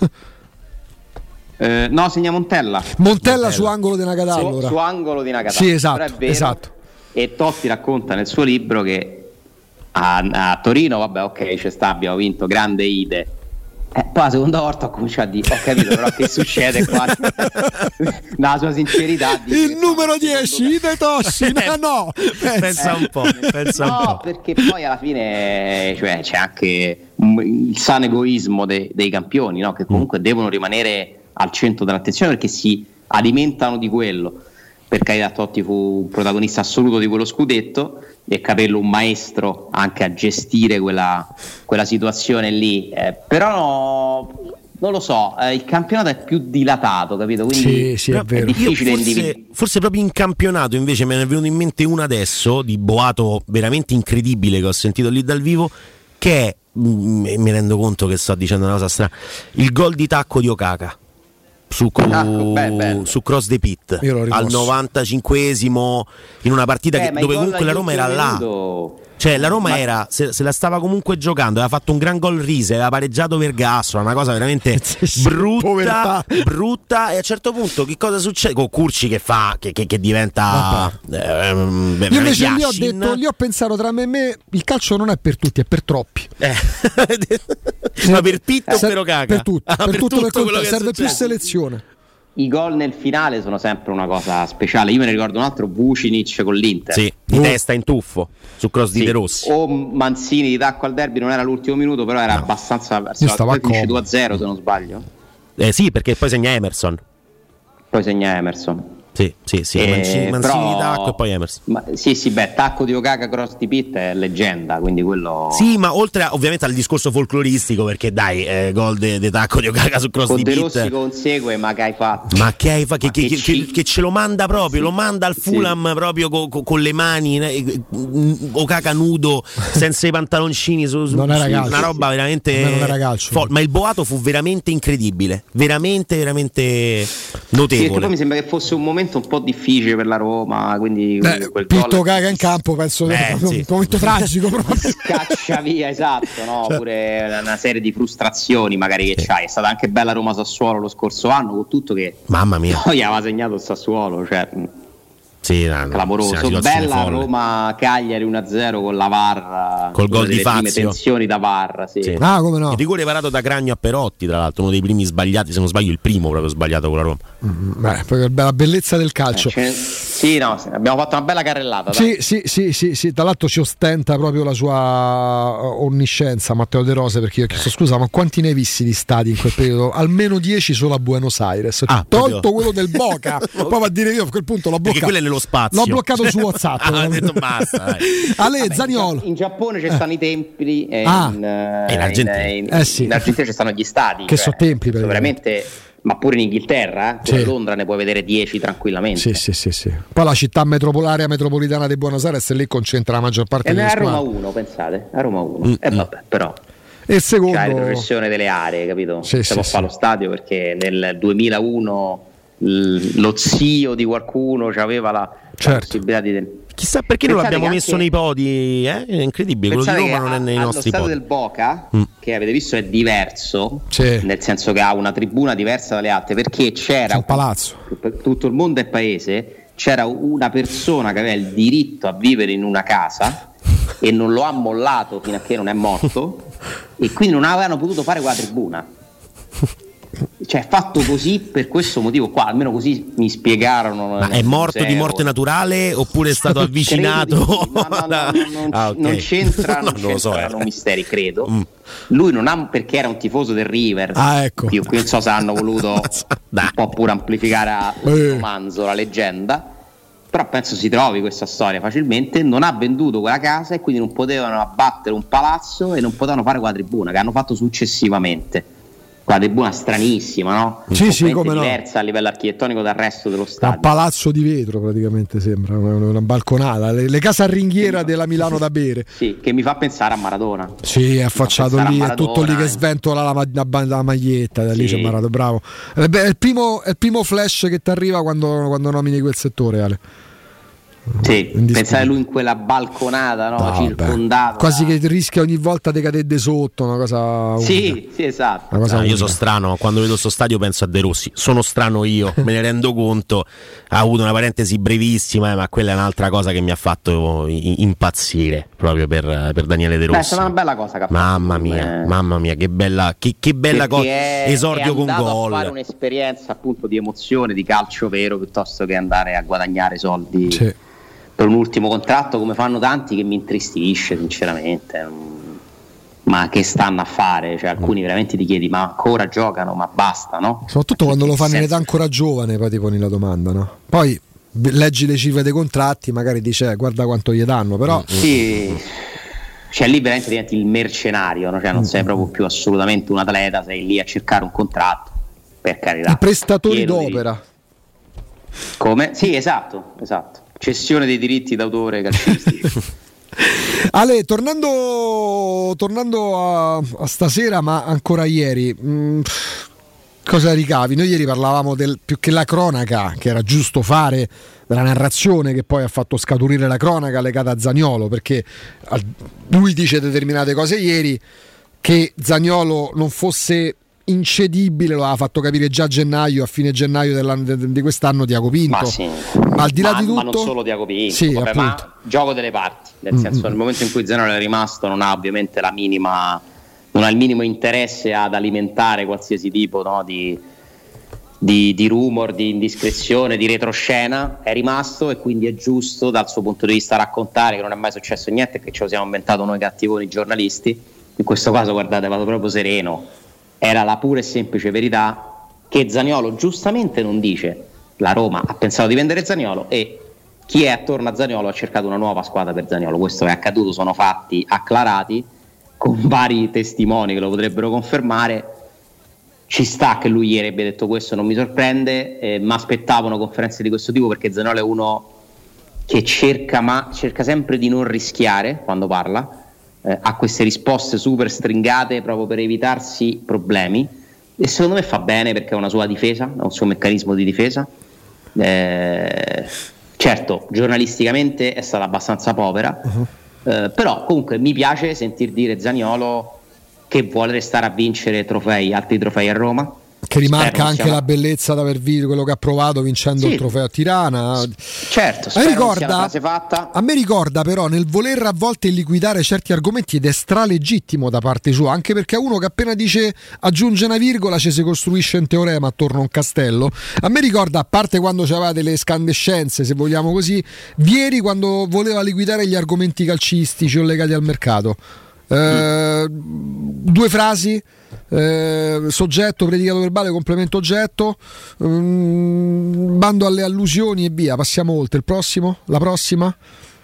No, segna Montella su angolo di Nakata. Su angolo di Nakata. Sì, esatto. E Totti racconta nel suo libro che a Torino, c'è sta, abbiamo vinto, grande Ide. Poi la seconda volta ho cominciato a dire, ho capito, però che succede qua? La sua sincerità. Il numero 10, Ide Tossi, no. Pensa un po'. Perché poi alla fine c'è anche il sano egoismo dei campioni, no? Che comunque devono rimanere al centro dell'attenzione perché si alimentano di quello. Per carità, Totti fu un protagonista assoluto di quello scudetto e Capello un maestro anche a gestire quella situazione lì, però non lo so, il campionato è più dilatato, capito? Quindi sì, è vero. È difficile forse proprio in campionato invece me ne è venuto in mente una adesso di boato veramente incredibile che ho sentito lì dal vivo, che è, mi rendo conto che sto dicendo una cosa strana, il gol di tacco di Okaka su Cross the Pit al 95esimo in una partita dove comunque la Roma era là, cioè la Roma era se la stava comunque giocando, aveva fatto un gran gol Rise, aveva pareggiato Vergassola, una cosa veramente brutta, e a un certo punto che cosa succede con Curci che fa che diventa io invece lì ho pensato tra me e me, il calcio non è per tutti, è per troppi. Ma per Pitto o per Okaka? Per tutto, per serve più selezione. I gol nel finale sono sempre una cosa speciale. Io me ne ricordo un altro, Vucinic con l'Inter, di testa in tuffo su cross di De Rossi, o Manzini di tacco al derby, non era l'ultimo minuto, però era abbastanza verso 2-0 se non sbaglio. Sì, perché poi segna Emerson. Sì, Mancini di Tacco e poi Emerson. Tacco di Okaka, cross di Pitt è leggenda, quindi quello. Sì, ma oltre ovviamente al discorso folcloristico, perché dai, gol de Tacco di Okaka su cross con di De Pitt. Rossi consegue, ma che hai fatto? Ma che hai fatto? Che ce lo manda proprio, lo manda al Fulham proprio con le mani, Okaka nudo, senza i pantaloncini, non era calcio, una roba veramente. Non era calcio. Ma il boato fu veramente incredibile, veramente notevole. Sì, poi mi sembra che fosse un momento un po' difficile per la Roma, quindi quel Pitto caga in campo, penso un momento tragico proprio. Scaccia via, esatto, no? Pure una serie di frustrazioni magari che c'hai. È stata anche bella Roma-Sassuolo lo scorso anno, con tutto che mamma mia poi aveva segnato il Sassuolo, cioè clamoroso. Bella folle. Roma-Cagliari 1-0 con la VAR, col gol di Fazio, prime tensioni da VAR, sì. Come no? Il rigore parato da Cragno a Perotti, tra l'altro uno dei primi sbagliati, se non sbaglio il primo proprio sbagliato con la Roma. La bellezza del calcio. Abbiamo fatto una bella carrellata. Sì, tra l'altro ci ostenta proprio la sua onniscienza Matteo De Rose, perché io ho chiesto scusa, ma quanti ne hai visti di stadi in quel periodo? Almeno 10 solo a Buenos Aires, tolto quello del Boca. Poi va a dire io a quel punto l'ho bloccato. Spazio. L'ho bloccato su WhatsApp. Ha detto basta. Zaniolo. In Giappone ci stanno i templi in Argentina. In Argentina ci stanno gli stadi. Che sono templi veramente. Ma pure in Inghilterra, a Londra ne puoi vedere 10 tranquillamente. Sì. Poi la città metropolitana di Buenos Aires lì concentra la maggior parte delle squadre. A Roma 1, pensate, a Roma 1. Vabbè, però. E il secondo. C'è la retrocessione delle aree, capito? Se può fare lo stadio, perché nel 2001 lo zio di qualcuno aveva la possibilità di. Chissà perché non l'abbiamo messo nei podi, è incredibile. Quello di Roma non è nei nostri podi. Lo stadio del Boca, che avete visto, è diverso, nel senso che ha una tribuna diversa dalle altre, perché c'era un palazzo. Per tutto il mondo è paese, c'era una persona che aveva il diritto a vivere in una casa e non lo ha mollato fino a che non è morto, e quindi non avevano potuto fare quella tribuna. Cioè è fatto così per questo motivo qua, almeno così mi spiegarono. Ma è morto di morte naturale oppure è stato avvicinato? Non c'entra, non sono misteri, credo. Lui non ha, perché era un tifoso del River. Ecco. Io qui non so se hanno voluto un po' pure amplificare a un romanzo, la leggenda. Però penso si trovi questa storia facilmente. Non ha venduto quella casa e quindi non potevano abbattere un palazzo e non potevano fare quella tribuna che hanno fatto successivamente. La tribuna stranissima, no? Sì, come no. Diversa a livello architettonico dal resto dello stadio. Un palazzo di vetro praticamente sembra, una balconata, le case a ringhiera della Milano da bere. Sì, che mi fa pensare a Maradona. Sì, è affacciato lì, è tutto lì che sventola la maglietta, da lì c'è Maradona, bravo. È il primo flash che ti arriva quando nomini quel settore, Ale. Sì, pensare lui in quella balconata, no? Circondata, quasi che rischia ogni volta di cadere sotto, una cosa. Sì, esatto. Io sono strano, quando vedo sto stadio penso a De Rossi. Sono strano io, me ne rendo conto. Ha avuto una parentesi brevissima, ma quella è un'altra cosa che mi ha fatto impazzire proprio per Daniele De Rossi. È stata una bella cosa che ha fatto. Mamma mia, che bella cosa. Esordio con gol. A fare un'esperienza appunto di emozione, di calcio vero, piuttosto che andare a guadagnare soldi. Sì. Per un ultimo contratto, come fanno tanti, che mi intristisce sinceramente. Ma che stanno a fare? Cioè, alcuni veramente ti chiedi, ma ancora giocano? Ma basta, no? Soprattutto quando lo fanno in età ancora giovane, poi ti poni la domanda, no? Poi leggi le cifre dei contratti, magari dici guarda quanto gli danno, però sì, cioè lì veramente diventi il mercenario, no? Cioè non sei proprio più assolutamente un atleta, sei lì a cercare un contratto, per carità. I prestatori d'opera. Come? Sì, esatto. Cessione dei diritti d'autore calcistici. Ale, tornando a stasera, ma ancora ieri, cosa ricavi? Noi ieri parlavamo più che la cronaca, che era giusto fare, della narrazione che poi ha fatto scaturire la cronaca legata a Zaniolo, perché lui dice determinate cose ieri, che Zaniolo non fosse incedibile lo aveva fatto capire già a fine gennaio di quest'anno Tiago Pinto, ma al di là di tutto, ma non solo Tiago Pinto, ma gioco delle parti, nel senso nel momento in cui Zaniolo è rimasto non ha ovviamente non ha il minimo interesse ad alimentare qualsiasi tipo, no, di rumor, di indiscrezione, di retroscena. È rimasto e quindi è giusto dal suo punto di vista raccontare che non è mai successo niente, che ce lo siamo inventato noi cattivoni giornalisti. In questo caso guardate, vado proprio sereno, era la pura e semplice verità che Zaniolo giustamente non dice, la Roma ha pensato di vendere Zaniolo e chi è attorno a Zaniolo ha cercato una nuova squadra per Zaniolo. Questo è accaduto, sono fatti acclarati con vari testimoni che lo potrebbero confermare. Ci sta che lui ieri abbia detto questo, non mi sorprende, ma aspettavo una conferenza di questo tipo, perché Zaniolo è uno che cerca sempre di non rischiare quando parla, ha queste risposte super stringate proprio per evitarsi problemi, e secondo me fa bene perché è una sua difesa, ha un suo meccanismo di difesa. Certo, giornalisticamente è stata abbastanza povera, però comunque mi piace sentir dire Zaniolo che vuole restare a vincere altri trofei a Roma, che rimarca anche la bellezza di aver vinto quello che ha provato vincendo il trofeo a Tirana. Certo, a me ricorda però nel voler a volte liquidare certi argomenti, ed è stralegittimo da parte sua, anche perché uno che appena dice aggiunge una virgola ci si costruisce un teorema attorno a un castello. A me ricorda, a parte quando c'aveva delle scandescenze, se vogliamo così, Vieri quando voleva liquidare gli argomenti calcistici o legati al mercato. Due frasi, soggetto, predicato verbale, complemento oggetto, bando alle allusioni e via, passiamo oltre. La prossima?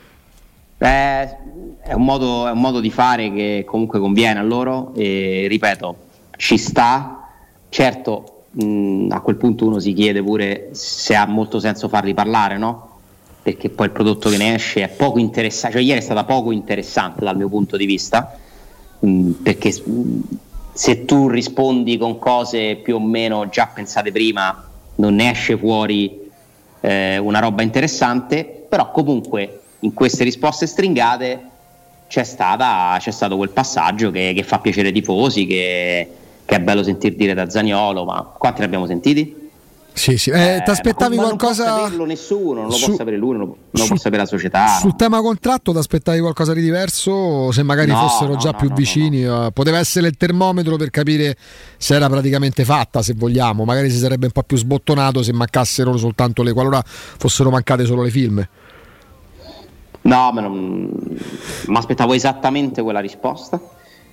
È un modo di fare che comunque conviene a loro, e ripeto, ci sta. Certo, a quel punto uno si chiede pure se ha molto senso farli parlare, no? Perché poi il prodotto che ne esce è poco interessante, cioè ieri è stata poco interessante dal mio punto di vista, perché se tu rispondi con cose più o meno già pensate prima non ne esce fuori una roba interessante. Però comunque in queste risposte stringate c'è stato quel passaggio che fa piacere ai tifosi, che è bello sentir dire da Zaniolo. Ma quanti ne abbiamo sentiti? Sì. Ti aspettavi qualcosa? Non può saperlo nessuno, non lo può sapere lui, non lo può sapere la società. Sul tema contratto ti aspettavi qualcosa di diverso? Se magari fossero già più vicini, poteva essere il termometro per capire se era praticamente fatta, se vogliamo. Magari si sarebbe un po' più sbottonato se mancassero soltanto qualora fossero mancate solo le firme. No, ma mi aspettavo esattamente quella risposta.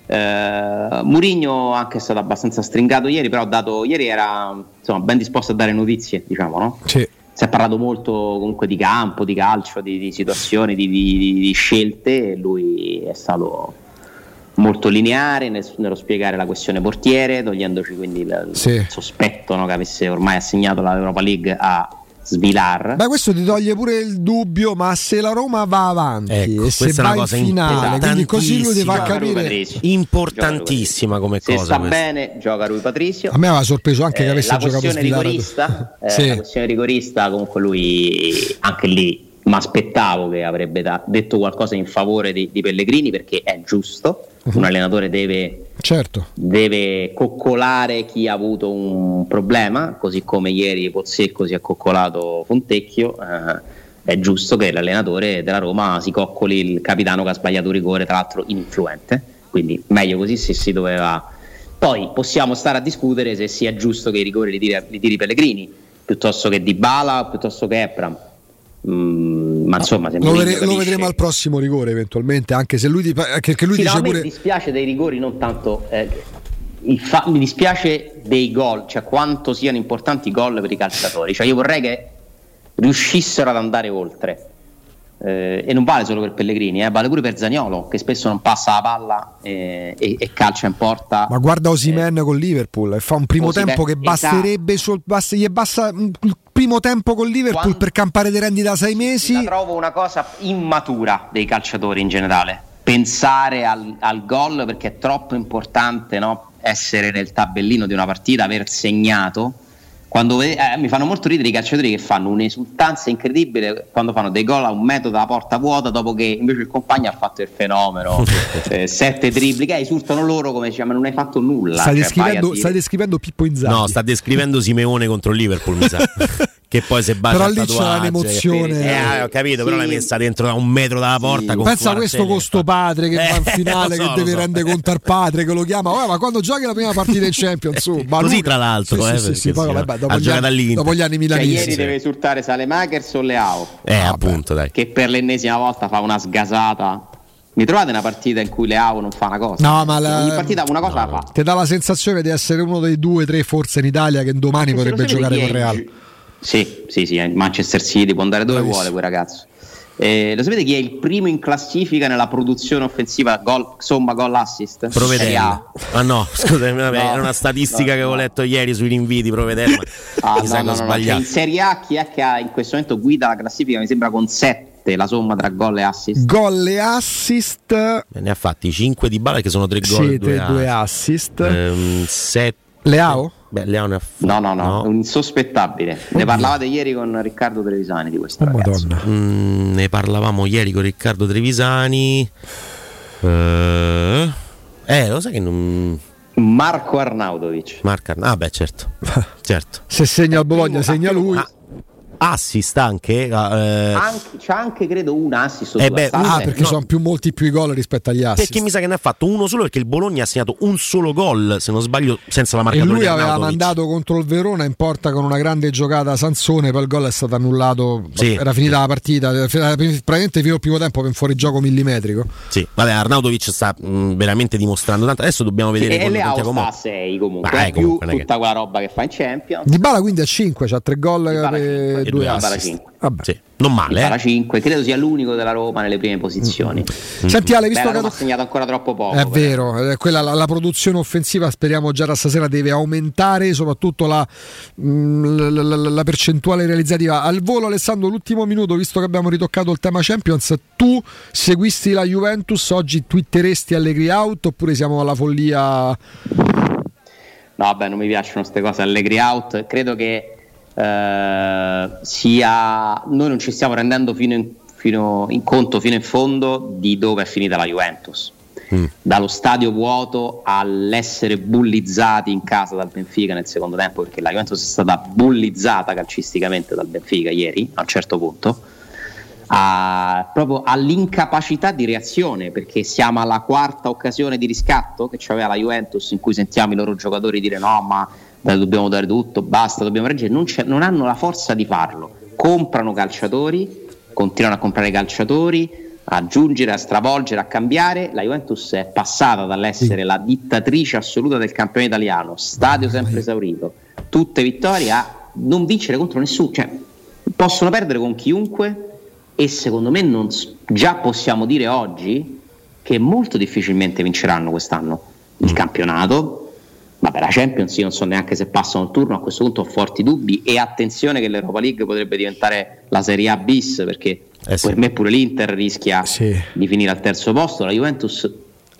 Mourinho anche è stato abbastanza stringato ieri, però ieri era ben disposto a dare notizie, diciamo, no? Sì. Si è parlato molto comunque di campo, di calcio, di situazioni, di scelte, e lui è stato molto lineare nello spiegare la questione portiere, togliendoci quindi il sospetto, no, che avesse ormai assegnato l'Europa League a Svilar. Beh, questo ti toglie pure il dubbio, ma se la Roma va avanti e se va in finale, quindi così lui ti fa capire, importantissima come cosa. Se sta bene, gioca Rui Patricio. A me aveva sorpreso anche che avesse giocato Svilar. La questione rigorista, comunque lui anche lì mi aspettavo che avrebbe detto qualcosa in favore di Pellegrini, perché è giusto. Un allenatore deve coccolare chi ha avuto un problema, così come ieri Pozzecco si è coccolato Fontecchio. È giusto che l'allenatore della Roma si coccoli il capitano che ha sbagliato un rigore, tra l'altro ininfluente, quindi meglio così se si doveva. Poi possiamo stare a discutere se sia giusto che i rigori li tiri Pellegrini piuttosto che Dybala, piuttosto che Ebram. Ma insomma, lo vedremo al prossimo rigore eventualmente, anche se lui dice pure. Mi dispiace dei rigori, non tanto mi dispiace dei gol, cioè quanto siano importanti i gol per i calciatori. Cioè io vorrei che riuscissero ad andare oltre, e non vale solo per Pellegrini, vale pure per Zaniolo, che spesso non passa la palla e calcia in porta. Ma guarda Osimhen con Liverpool, fa un primo tempo che basterebbe, gli basta il primo tempo con Liverpool per campare dei rendi da 6 mesi. La trovo una cosa immatura dei calciatori in generale, pensare al gol, perché è troppo importante, no? Essere nel tabellino di una partita, aver segnato. Quando mi fanno molto ridere i calciatori che fanno un'esultanza incredibile quando fanno dei gol a 1 metro dalla porta vuota, dopo che invece il compagno ha fatto il fenomeno, 7 dribbling, esultano loro come ma non hai fatto nulla. Stai descrivendo Pippo Inzaghi. No, sta descrivendo Simeone contro il Liverpool, mi sa. Che poi se bacia però lì c'è un'emozione, ho capito, però l'hai messa dentro da 1 metro dalla porta. Pensa a questo con sto padre che va in finale, che deve rendere conto al padre, che lo chiama ma quando giochi la prima partita in Champions così tra l'altro dopo gli anni milanesi. Ieri deve esultare Salemakers o Leao, appunto, dai, che per l'ennesima volta fa una sgasata. Mi trovate una partita in cui Leao non fa una cosa? No, ma ogni partita una cosa la fa. Ti dà la sensazione di essere uno dei 2-3 forse in Italia che domani potrebbe giocare con Real. Sì, Manchester City può andare dove vuole quel ragazzo. Lo sapete chi è il primo in classifica nella produzione offensiva, gol assist? Provedella. Ah no, scusami, era una statistica che avevo letto ieri sui rinviti. Provedella. In Serie A chi è che ha in questo momento guida la classifica? Mi sembra con 7 la somma tra gol e assist. Gol e assist. Ne ha fatti 5 di Bala che sono 3 gol e 2 assist. 7 Leao? Beh, Leao ne ha fatti. No, un insospettabile. Ne parlavate ieri con Riccardo Trevisani di questo ragazzo. Ne parlavamo ieri con Riccardo Trevisani. Lo sai che non... Marco Arnautovic. Beh, certo. Se segna il Bologna segna lui. Assist anche, c'ha anche credo un assist perché sono molti più i gol rispetto agli assist, perché mi sa che ne ha fatto uno solo, perché il Bologna ha segnato un solo gol se non sbaglio senza la marcatura, e lui di aveva mandato contro il Verona in porta con una grande giocata a Sansone, poi il gol è stato annullato, era finita la partita praticamente fino al primo tempo per un fuorigioco millimetrico. Arnautovic sta veramente dimostrando tanto. Adesso dobbiamo vedere e Leao sta a 6 comunque, più tutta quella roba che fa in Champions. Dybala quindi a 5, c'ha 3 gol e 2 assist. Sì, non male. 5, credo sia l'unico della Roma nelle prime posizioni. Senti Ale, visto che ha segnato ancora troppo poco. È vero, quella la produzione offensiva speriamo già da stasera deve aumentare, soprattutto la percentuale realizzativa. Al volo, Alessandro, l'ultimo minuto, visto che abbiamo ritoccato il tema Champions, tu seguisti la Juventus, oggi twitteresti Allegri out oppure siamo alla follia? No, non mi piacciono queste cose, Allegri out. Credo che noi non ci stiamo rendendo fino in fondo di dove è finita la Juventus. Dallo stadio vuoto all'essere bullizzati in casa dal Benfica nel secondo tempo, perché la Juventus è stata bullizzata calcisticamente dal Benfica ieri a un certo punto, proprio all'incapacità di reazione, perché siamo alla quarta occasione di riscatto che c'aveva la Juventus in cui sentiamo i loro giocatori dire no, ma dobbiamo dare tutto, basta, dobbiamo reggere. Non hanno la forza di farlo, comprano calciatori, continuano a comprare calciatori, a aggiungere, a stravolgere, a cambiare. La Juventus è passata dall'essere la dittatrice assoluta del campione italiano, stadio sempre esaurito, tutte vittorie, a non vincere contro nessuno. Cioè, possono perdere con chiunque, e secondo me già possiamo dire oggi che molto difficilmente vinceranno quest'anno il campionato. Vabbè, la Champions io non so neanche se passano il turno, a questo punto ho forti dubbi, e attenzione che l'Europa League potrebbe diventare la Serie A bis, perché per me pure l'Inter rischia di finire al terzo posto, la Juventus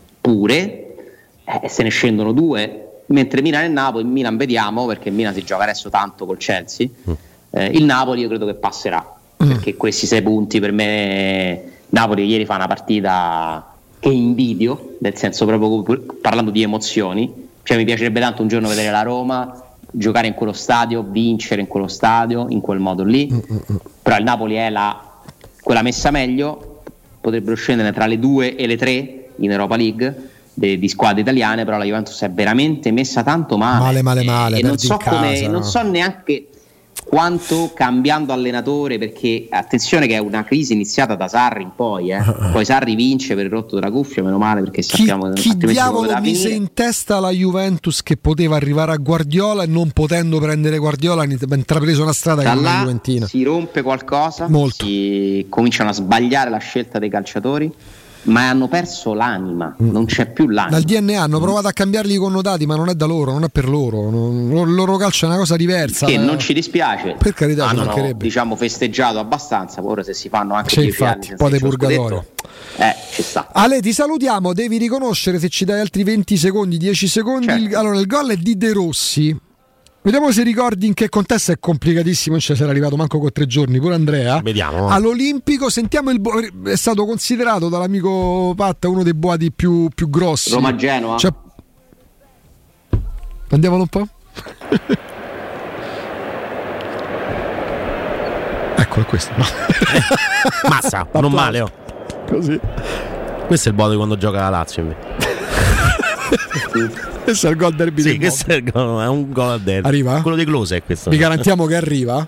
pure, se ne scendono 2, mentre Milan e Napoli, Milan vediamo, perché Milan si gioca adesso tanto col Chelsea, il Napoli io credo che passerà, perché questi 6 punti per me, Napoli ieri fa una partita che invidio, nel senso proprio parlando di emozioni. Cioè, mi piacerebbe tanto un giorno vedere la Roma giocare in quello stadio, vincere in quello stadio, in quel modo lì. Però il Napoli è quella messa meglio, potrebbero scendere tra le 2 e le 3 in Europa League di squadre italiane, però la Juventus è veramente messa tanto male. E non so neanche quanto cambiando allenatore, perché attenzione che è una crisi iniziata da Sarri in poi poi Sarri vince per il rotto della cuffia, meno male, perché sappiamo chi diavolo mise in testa la Juventus che poteva arrivare a Guardiola, e non potendo prendere Guardiola ha intrapreso una strada che non è juventina. Si rompe qualcosa, molto. Si cominciano a sbagliare la scelta dei calciatori, ma hanno perso l'anima, non c'è più l'anima. Dal DNA hanno provato a cambiarli i connotati, ma non è da loro, non è per loro. Il loro calcio è una cosa diversa. Che non ci dispiace. Per carità, hanno diciamo festeggiato abbastanza. Ora se si fanno anche 10 anni senza un po' di purgatorio. Ci sta. Ale, ti salutiamo, devi riconoscere, se ci dai altri 20 secondi, 10 secondi. Certo. Allora, il gol è di De Rossi. Vediamo se ricordi in che contesto, è complicatissimo, non ci sarà arrivato manco con 3 giorni, pure Andrea. Vediamo. All'Olimpico, sentiamo è stato considerato dall'amico Patta uno dei boati più grossi. Roma-Genoa. Andiamolo un po'. Ecco, è questo. Massa, non male. Così. Questo è il boato di quando gioca la Lazio invece. Questo è il gol derby. Sì, questo è un gol al derby. Arriva? Quello di Klose è questo. Vi garantiamo che arriva.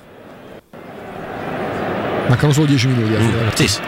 Mancano solo 10 minuti. Sì.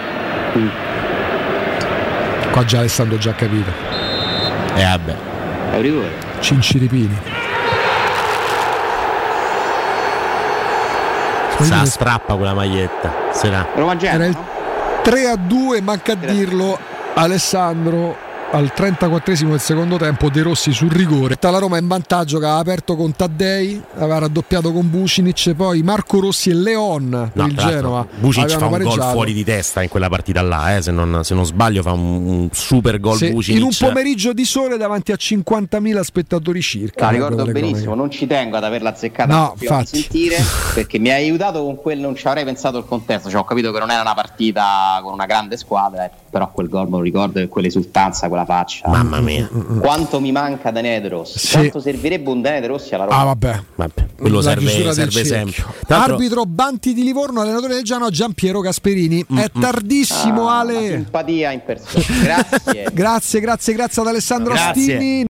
Qua già Alessandro già capito. Vabbè. È un rigore. Cinciripini. sa strappa quella maglietta. Era il 3-2, manca a dirlo Alessandro al 34esimo del secondo tempo. De Rossi sul rigore. La Roma in vantaggio, che aveva aperto con Taddei, aveva raddoppiato con Vucinic, poi Marco Rossi e Leon per il Genova. Vucinic fa un gol fuori di testa in quella partita là, se non sbaglio fa un super gol Vucinic. In un pomeriggio di sole davanti a 50.000 spettatori circa. Ricordo benissimo, non ci tengo ad averla azzeccata a sentire, perché mi ha aiutato con quel, non ci avrei pensato il contesto, cioè, ho capito che non era una partita con una grande squadra, però quel gol me lo ricordo, e quell'esultanza, quella faccia, mamma mia, quanto mi manca Daniele De Rossi, quanto servirebbe un Daniele De Rossi alla Roma. Vabbè. Quello serve sempre. Arbitro Banti di Livorno, allenatore del Genoa Giampiero Gasperini. È tardissimo, Ale. Simpatia in persona. Grazie. grazie ad Alessandro Astini.